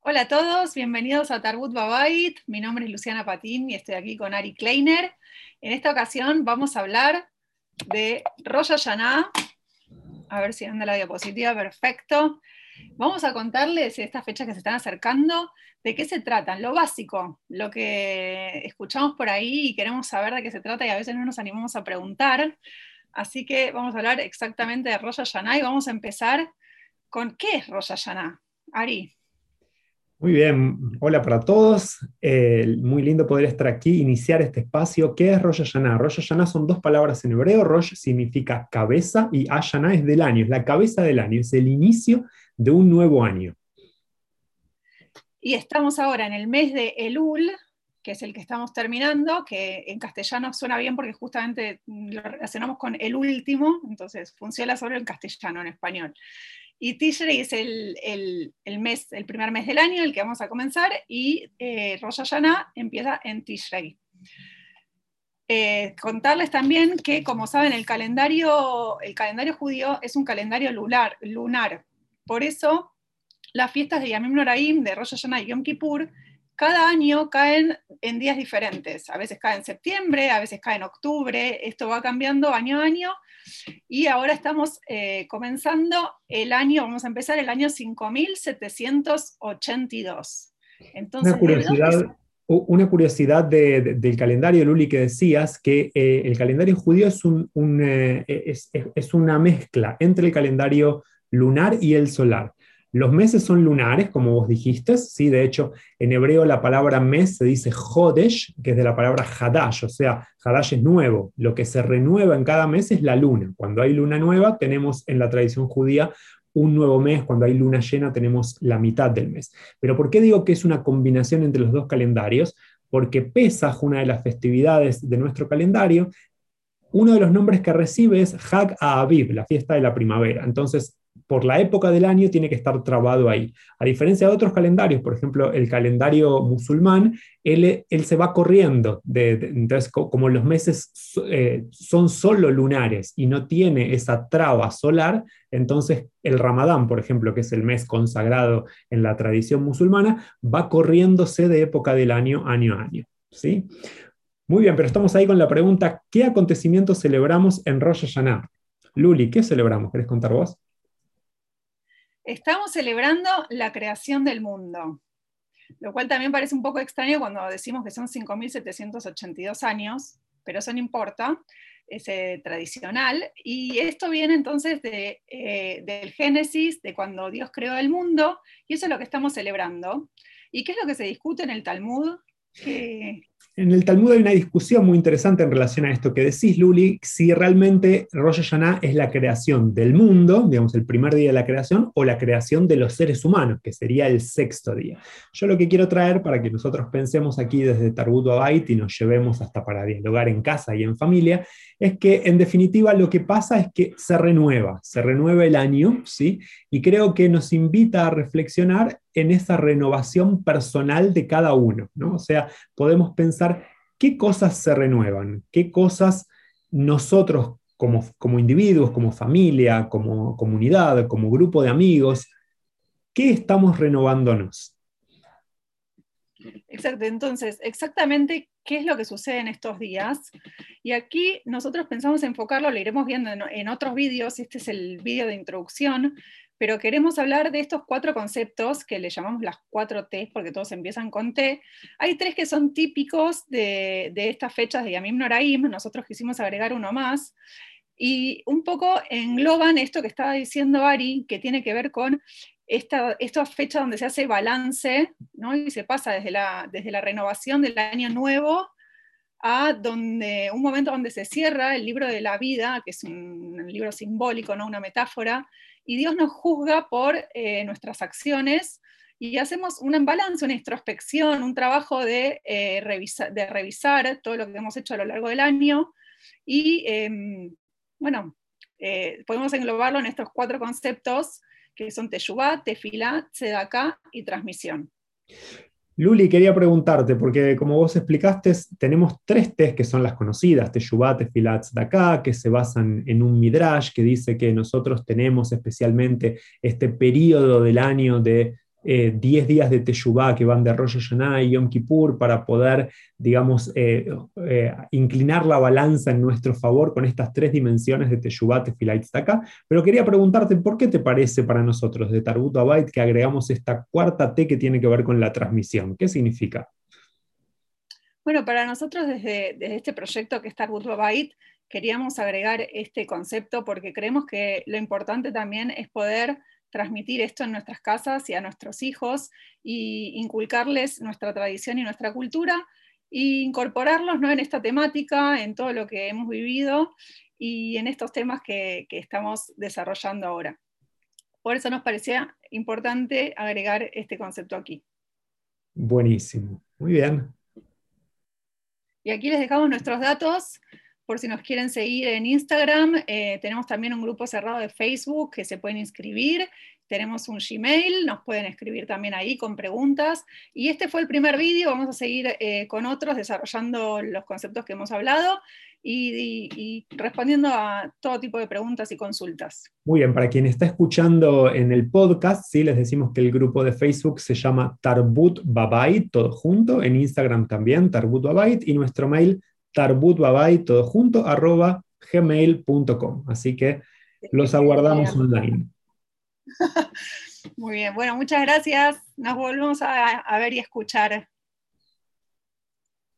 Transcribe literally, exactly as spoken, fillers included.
Hola a todos, bienvenidos a Tarbut Babait. Mi nombre es Luciana Patín y estoy aquí con Ari Kleiner. En esta ocasión vamos a hablar de Rosh Hashanah. A ver si anda la diapositiva, perfecto. Vamos a contarles estas fechas que se están acercando, de qué se tratan, lo básico, lo que escuchamos por ahí y queremos saber de qué se trata y a veces no nos animamos a preguntar. Así que vamos a hablar exactamente de Rosh Hashanah y vamos a empezar con ¿qué es Rosh Hashanah? Ari. Muy bien, hola para todos. Eh, muy lindo poder estar aquí, iniciar este espacio. ¿Qué es Rosh Hashanah? Rosh Hashanah son dos palabras en hebreo. Rosh significa cabeza y Hashanah es del año, es la cabeza del año, es el inicio de un nuevo año. Y estamos ahora en el mes de Elul, que es el que estamos terminando, que en castellano suena bien porque justamente lo relacionamos con el último, entonces funciona solo en castellano, en español. Y Tishrei es el, el, el, mes, el primer mes del año, el que vamos a comenzar, y eh, Rosh Hashanah empieza en Tishrei. Eh, contarles también que, como saben, el calendario, el calendario judío es un calendario lunar. lunar. Por eso, las fiestas de Yamim Noraim, de Rosh Hashanah y Yom Kippur, cada año caen en días diferentes. A veces cae en septiembre, a veces cae en octubre. Esto va cambiando año a año. Y ahora estamos eh, comenzando el año, vamos a empezar el año cinco mil setecientos ochenta y dos. Una Entonces, ¿de dónde? curiosidad, una curiosidad de, de, del calendario, Luli, que decías que eh, el calendario judío es, un, un, eh, es, es una mezcla entre el calendario lunar y el solar. Los meses son lunares, como vos dijiste, ¿sí? De hecho, en hebreo la palabra mes se dice Hodesh, que es de la palabra Hadash, o sea, Hadash es nuevo. Lo que se renueva en cada mes es la luna. Cuando hay luna nueva, tenemos en la tradición judía un nuevo mes. Cuando hay luna llena, tenemos la mitad del mes. Pero ¿por qué digo que es una combinación entre los dos calendarios? Porque Pesaj, una de las festividades de nuestro calendario, uno de los nombres que recibe es Hag Aviv, la fiesta de la primavera. Entonces, por la época del año tiene que estar trabado ahí. A diferencia de otros calendarios, por ejemplo, el calendario musulmán, él, él se va corriendo. De, de, entonces, co como los meses eh, son solo lunares y no tiene esa traba solar, entonces el Ramadán, por ejemplo, que es el mes consagrado en la tradición musulmana, va corriéndose de época del año año a año. ¿Sí? Muy bien, pero estamos ahí con la pregunta, ¿qué acontecimientos celebramos en Rosh Hashanah? Luli, ¿qué celebramos? ¿Querés contar vos? Estamos celebrando la creación del mundo, lo cual también parece un poco extraño cuando decimos que son cinco mil setecientos ochenta y dos años, pero eso no importa, es eh, tradicional, y esto viene entonces de, eh, del Génesis, de cuando Dios creó el mundo, y eso es lo que estamos celebrando. ¿Y qué es lo que se discute en el Talmud? Que En el Talmud hay una discusión muy interesante en relación a esto que decís, Luli, si realmente Rosh Hashanah es la creación del mundo, digamos el primer día de la creación, o la creación de los seres humanos, que sería el sexto día. Yo lo que quiero traer para que nosotros pensemos aquí desde Tarbut Babait y nos llevemos hasta para dialogar en casa y en familia, es que en definitiva lo que pasa es que se renueva, se renueva el año, ¿sí? Y creo que nos invita a reflexionar en esa renovación personal de cada uno, ¿no? O sea, podemos pensar qué cosas se renuevan, qué cosas nosotros como, como individuos, como familia, como comunidad, como grupo de amigos, ¿qué estamos renovándonos? Exacto, entonces, exactamente qué es lo que sucede en estos días. Y aquí nosotros pensamos enfocarlo, lo iremos viendo en, en otros vídeos, este es el vídeo de introducción, pero queremos hablar de estos cuatro conceptos que le llamamos las cuatro T, porque todos empiezan con T. Hay tres que son típicos de, de estas fechas de Yamim Noraim, nosotros quisimos agregar uno más, y un poco engloban esto que estaba diciendo Ari, que tiene que ver con esta, esta fecha donde se hace balance, ¿no? Y se pasa desde la, desde la renovación del año nuevo a donde, un momento donde se cierra el libro de la vida, que es un, un libro simbólico, ¿no? Una metáfora, y Dios nos juzga por eh, nuestras acciones, y hacemos un balance, una introspección, un trabajo de, eh, revisa, de revisar todo lo que hemos hecho a lo largo del año, y eh, bueno, eh, podemos englobarlo en estos cuatro conceptos que son Teshuvá, Tefilá, Tzedaká y transmisión. Luli, quería preguntarte, porque como vos explicaste, tenemos tres T's que son las conocidas, Teshuvá, Tefilá, Tzedaká, que se basan en un midrash que dice que nosotros tenemos especialmente este periodo del año de eh, diez días de Teshuvá que van de Rosh Hashanah y Yom Kippur para poder, digamos, eh, eh, inclinar la balanza en nuestro favor con estas tres dimensiones de Teshuvá, Tefilá y Tzedaká. Pero quería preguntarte, ¿por qué te parece para nosotros de Tarbut Bait que agregamos esta cuarta T que tiene que ver con la transmisión? ¿Qué significa? Bueno, para nosotros desde, desde este proyecto que es Tarbut Bait, queríamos agregar este concepto porque creemos que lo importante también es poder transmitir esto en nuestras casas y a nuestros hijos y inculcarles nuestra tradición y nuestra cultura e incorporarlos, ¿no?, en esta temática, en todo lo que hemos vivido y en estos temas que, que estamos desarrollando ahora. Por eso nos parecía importante agregar este concepto aquí. Buenísimo, muy bien. Y aquí les dejamos nuestros datos por si nos quieren seguir en Instagram. Eh, tenemos también un grupo cerrado de Facebook que se pueden inscribir. Tenemos un Gmail, nos pueden escribir también ahí con preguntas. Y este fue el primer vídeo, vamos a seguir eh, con otros desarrollando los conceptos que hemos hablado y, y, y respondiendo a todo tipo de preguntas y consultas. Muy bien, para quien está escuchando en el podcast, ¿sí? Les decimos que el grupo de Facebook se llama Tarbut Babait, todo junto, en Instagram también, Tarbut Babait, y nuestro mail tarbutbabait, todo junto, arroba gmail punto com. Así que los aguardamos online. Muy bien, bueno, muchas gracias. Nos volvemos a, a ver y escuchar